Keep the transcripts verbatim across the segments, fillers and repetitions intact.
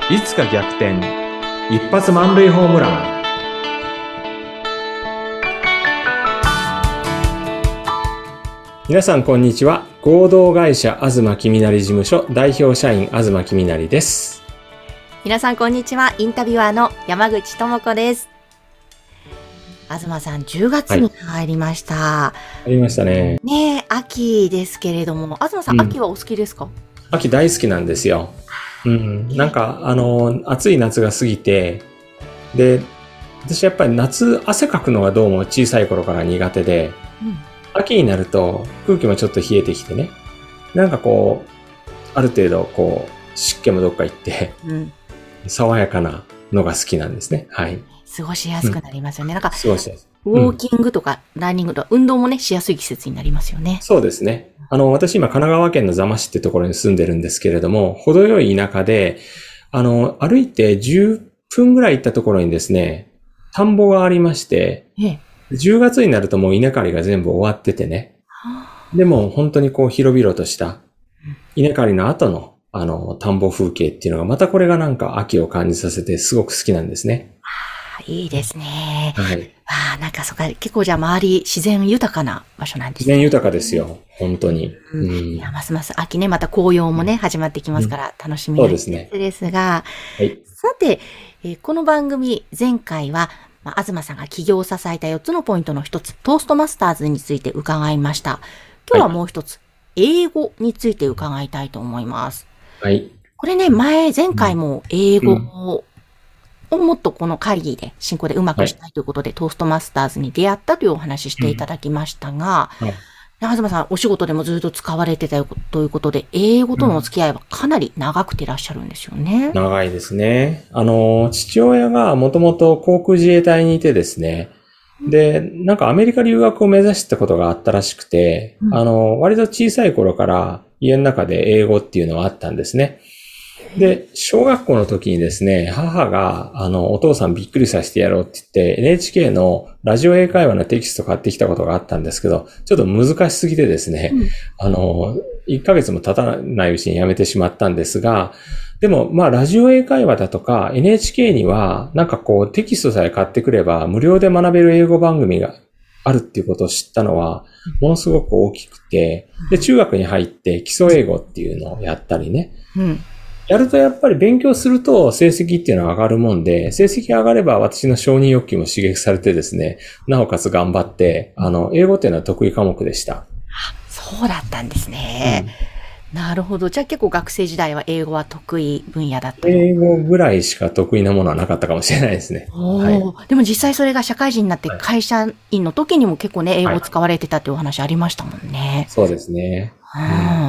いつか逆転、一発満塁ホームラン。皆さんこんにちは。合同会社東君成事務所代表社員東君成です。 皆さんこんにちは。インタビュアーの山口智子です。東さん、じゅうがつに入りました。 はい、入りましたね。 ねえ、秋ですけれども、東さん、うん、秋はお好きですか？ 秋大好きなんですよ。うん、なんかあの暑い夏が過ぎて、で、私やっぱり夏汗かくのがどうも小さい頃から苦手で、うん、秋になると空気もちょっと冷えてきてね、なんかこうある程度こう湿気もどっか行って、うん、爽やかなのが好きなんですね。はい。 過ごしやすくなりますよね。うん、なんか過ごしやすい。 ウォーキングとかランニングとか運動もねしやすい季節になりますよね。 そうですね。あの私今神奈川県の座間市ってところに住んでるんですけれども、程よい田舎で、あの歩いてじゅっぷんぐらい行ったところにですね、田んぼがありまして、ええ、じゅうがつになるともう稲刈りが全部終わっててね。でも本当にこう広々とした稲刈りの後のあの田んぼ風景っていうのがまたこれがなんか秋を感じさせてすごく好きなんですね。 あ、いいですね。 はい。 あ、なんかそこか結構じゃあ周り自然豊かな場所なんですね。 自然豊かですよ。本当に。 うん。いや、ますます秋ね、また紅葉もね、始まってきますから楽しみな季節ですが、はい。さて、えー、この番組前回は、まあ、東さんが起業を支えたよっつのポイントの一つ、トーストマスターズについて伺いました。今日はもう一つ、はい、英語について伺いたいと思います。はい。これね、前、前回も英語を、をもっとこの会議で、進行でうまくしたいということで、はい、トーストマスターズに出会ったというお話していただきましたが、うん、はい、東さん、お仕事でもずっと使われてたということで、英語とのお付き合いはかなり長くていらっしゃるんですよね。 うん、長いですね。あの、父親がもともと航空自衛隊にいてですね、で、なんかアメリカ留学を目指したことがあったらしくて、うん、あの、割と小さい頃から家の中で英語っていうのはあったんですね。で、小学校の時にですね、母が、あの、お父さんびっくりさせてやろうって言って、エヌエイチケー のラジオ英会話のテキスト買ってきたことがあったんですけど、ちょっと難しすぎてですね、うん、あの、いっかげつも経たないうちにやめてしまったんですが、でも、まあ、ラジオ英会話だとか エヌエイチケー には、なんかこう、テキストさえ買ってくれば、無料で学べる英語番組があるっていうことを知ったのは、ものすごく大きくて、で、中学に入って基礎英語っていうのをやったりね、うん、やるとやっぱり勉強すると成績っていうのは上がるもんで、成績上がれば私の承認欲求も刺激されてですね、なおかつ頑張って、あの、英語っていうのは得意科目でした。あ、 そうだったんですね。うん、なるほど。じゃあ結構学生時代は英語は得意分野だった。 英語ぐらいしか得意なものはなかったかもしれないですね。 はい、でも実際それが社会人になって会社員の時にも結構ね、英語を使われてたっていうお話ありましたもんね。 はい、そうですね。 うん、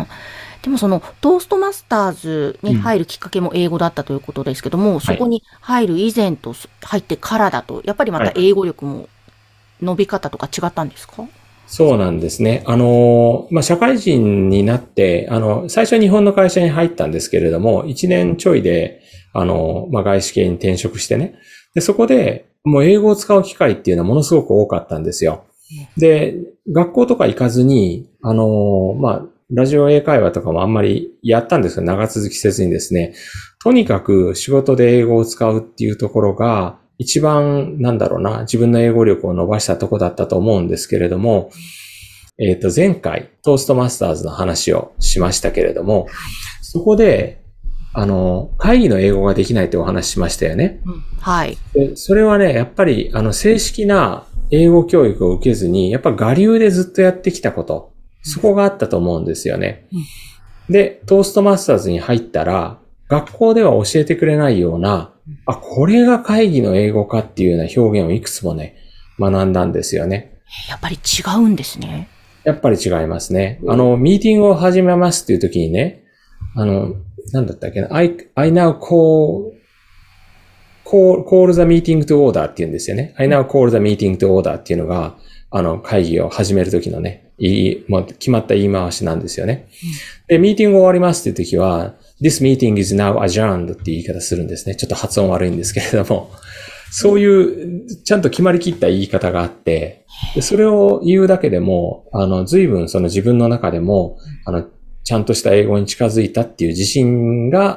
でもそのトーストマスターズに入るきっかけも英語だったということですけども、うん、そこに入る以前と入ってからだと、やっぱりまた英語力も伸び方とか違ったんですか？はい、 そうなんですね。あの、まあ、社会人になって、あの、最初は日本の会社に入ったんですけれども、一年ちょいで、あの、まあ、外資系に転職してね。で、そこで、もう英語を使う機会っていうのはものすごく多かったんですよ。で、学校とか行かずに、あの、まあ、ラジオ英会話とかもあんまりやったんですけど、長続きせずにですね、とにかく仕事で英語を使うっていうところが、一番、なんだろうな、自分の英語力を伸ばしたとこだったと思うんですけれども、えっと、前回、トーストマスターズの話をしましたけれども、そこで、あの、会議の英語ができないってお話しましたよね。 うん、はい。 で、それはね、やっぱり、あの、正式な英語教育を受けずに、やっぱ我流でずっとやってきたこと、そこがあったと思うんですよね。うん、で、トーストマスターズに入ったら、学校では教えてくれないような、あ、これが会議の英語かっていうような表現をいくつもね、学んだんですよね。 やっぱり違うんですね。 やっぱり違いますね。あの、ミーティングを始めますっていう時にね、あの、なんだったっけな、I, I now call, call, call the meeting to order って言うんですよね。I now call the meeting to order っていうのが、あの、会議を始める時のね、いい、もう決まった言い回しなんですよね。うん、で、ミーティング終わりますっていう時は、This meeting is now adjourned っていう言い方するんですね。ちょっと発音悪いんですけれども。そういう、ちゃんと決まりきった言い方があって、でそれを言うだけでも、あの、随分その自分の中でも、あの、ちゃんとした英語に近づいたっていう自信が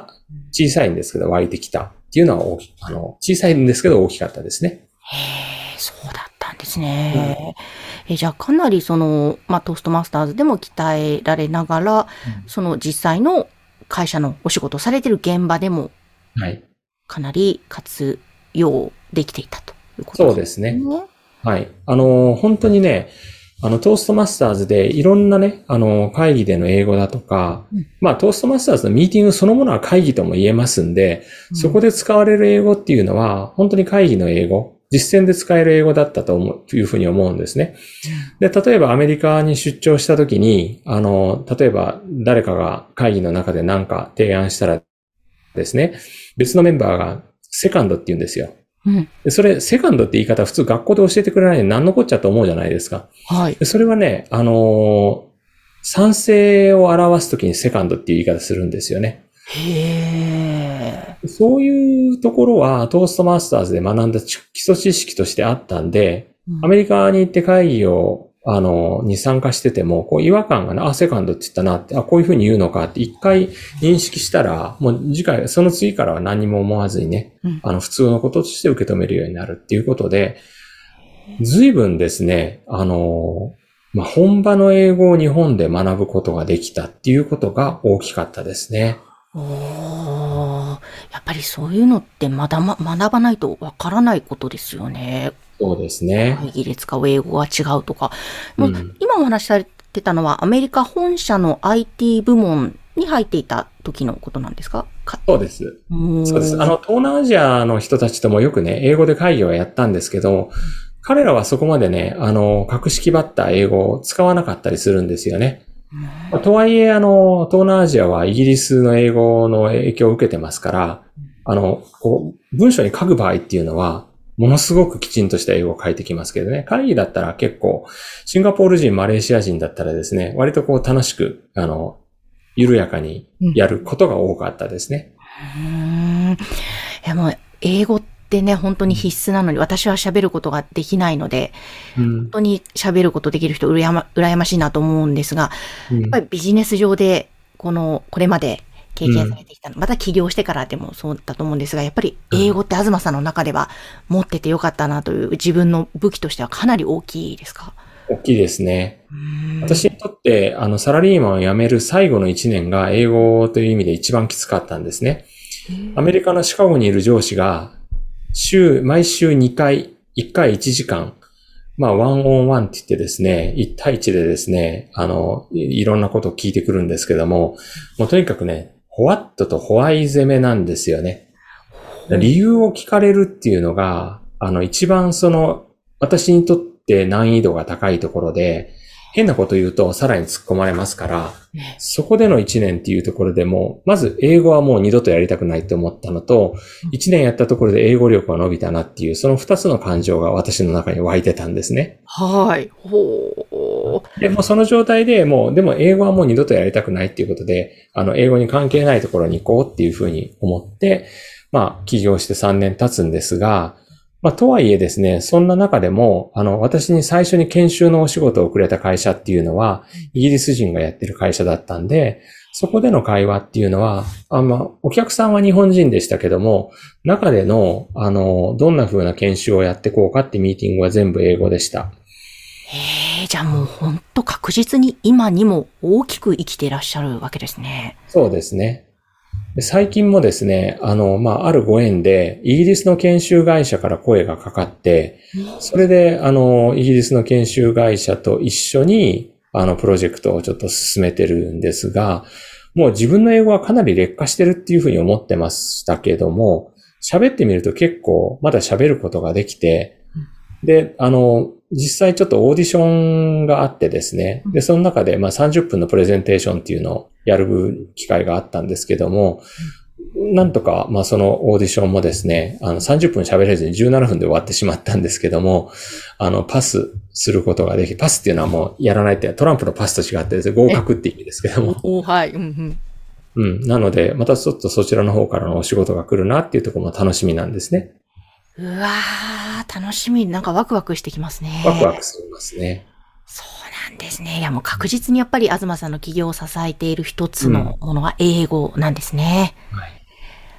小さいんですけど湧いてきたっていうのは大き、あの、小さいんですけど大きかったですね。 へえ、そうだったんですね。うん、えじゃあかなりその、まあ、トーストマスターズでも鍛えられながら、うん、その実際の会社のお仕事をされてる現場でも、 はい。 かなり活用できていたということですね。 そうですね。はい。あの、本当にね、あの、トーストマスターズでいろんなね、あの、会議での英語だとか、うん、まあ、トーストマスターズのミーティングそのものは会議とも言えますんで、うん、そこで使われる英語っていうのは、本当に会議の英語、実践で使える英語だったと思う、というふうに思うんですね。で、例えばアメリカに出張したときに、あの、例えば誰かが会議の中で何か提案したらですね、別のメンバーがセカンドって言うんですよ。うん、それ、セカンドって言い方普通学校で教えてくれないのに何のこっちゃと思うじゃないですか。はい。それはね、あのー、賛成を表すときにセカンドっていう言い方するんですよね。 へー。 そういうところはトーストマスターズで学んだ基礎知識としてあったんで、うん、アメリカに行って会議をあの、に参加してても、こう違和感がね、あ、セカンドって言ったなって、あ、こういうふうに言うのかって一回認識したら、もう次回、その次からは何も思わずにね、うん、あの、普通のこととして受け止めるようになるっていうことで、随分ですね、あの、まあ、本場の英語を日本で学ぶことができたっていうことが大きかったですね。 おー、やっぱりそういうのってまだま、学ばないとわからないことですよね。 そうですね。 会議で使う英語が違うとか。もう今お話しされてたのはアメリカ本社の アイティー 部門に入っていた時のことなんですか？ そうです。そうです。あの、東南アジアの人たちともよくね、英語で会議をやったんですけど、彼らはそこまでね、あの、格式ばった英語を使わなかったりするんですよね。まあ、とはいえ、あの、東南アジアはイギリスの英語の影響を受けてますから、あの、こう、文章に書く場合っていうのは、ものすごくきちんとした英語を書いてきますけどね。会議だったら結構、シンガポール人、マレーシア人だったらですね、割とこう楽しく、あの、緩やかにやることが多かったですね。 うん。いやもう、英語ってね、本当に必須なのに、私は喋ることができないので、うん、本当に喋ることできる人、うらやま、羨ましいなと思うんですが、うん、やっぱりビジネス上で、この、これまで、経験されてきたの、うん、また起業してからでもそうだと思うんですが、やっぱり英語って東さんの中では持っててよかったなという自分の武器としてはかなり大きいですか？ 大きいですね。私にとって、あの、サラリーマンを辞める最後のいちねんが英語という意味で一番きつかったんですね。アメリカのシカゴにいる上司が、週、毎週にかい、いっかいいちじかん、まあ、ワンオンワンって言ってですね、いち対いちでですね、あの、いろんなことを聞いてくるんですけども、もうとにかくね、ホワットとホワイ攻めなんですよね。理由を聞かれるっていうのが、あの、一番その、私にとって難易度が高いところで、変なこと言うとさらに突っ込まれますから、そこでのいちねんっていうところでも、まず英語はもう二度とやりたくないって思ったのと、いちねんやったところで英語力が伸びたなっていう、その二つの感情が私の中に湧いてたんですね。 はい。ほう。で、もうその状態でもう、でも英語はもう二度とやりたくないっていうことで、あの、英語に関係ないところに行こうっていうふうに思って、まあ、起業してさんねん経つんですが、まあ、とはいえですね、そんな中でも、あの、私に最初に研修のお仕事をくれた会社っていうのは、イギリス人がやってる会社だったんで、そこでの会話っていうのは、あまあ、お客さんは日本人でしたけども、中での、あの、どんな風な研修をやっていこうかってミーティングは全部英語でした。 へえ、じゃあもう本当確実に今にも大きく生きていらっしゃるわけですね。 そうですね。最近もですね、あの、まあ、あるご縁で、イギリスの研修会社から声がかかって、それで、あの、イギリスの研修会社と一緒に、あの、プロジェクトをちょっと進めてるんですが、もう自分の英語はかなり劣化してるっていうふうに思ってましたけども、喋ってみると結構まだ喋ることができて、で、あの、実際ちょっとオーディションがあってですね。で、その中でまあさんじゅっぷんのプレゼンテーションっていうのをやる機会があったんですけども、なんとかまあそのオーディションもですね、あのさんじゅっぷん喋れずにじゅうななふんで終わってしまったんですけども、あのパスすることができ、パスっていうのはもうやらないってトランプのパスと違ってですね、合格って意味ですけども。 おはい。うんうん。うん。なので、またちょっとそちらの方からのお仕事が来るなっていうところも楽しみなんですね。 うわー、楽しみ。なんかワクワクしてきますね。 ワクワクしますね。 そうなんですね。いやもう確実にやっぱり東さんの企業を支えている一つのものが英語なんですね。 うん、はい。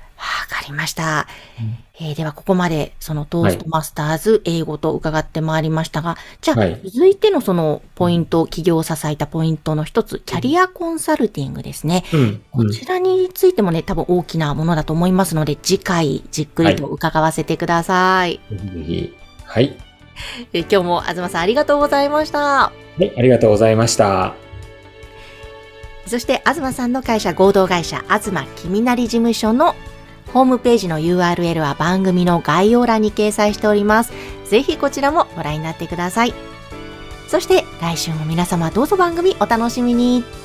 かりました。うん、えー、では、ここまで、そのトーストマスターズ英語と伺ってまいりましたが、はい、じゃあ、はい、続いてのそのポイント、企業を支えたポイントの一つ、キャリアコンサルティングですね。うん、こちらについてもね、多分大きなものだと思いますので、次回、じっくりと伺わせてください。 はい。 え今日も東さんありがとうございました。はい、ありがとうございました。 そして東さんの会社合同会社東きみなり事務所のホームページの ユーアールエル は番組の概要欄に掲載しております。ぜひこちらもご覧になってください。そして来週も皆様どうぞ番組お楽しみに。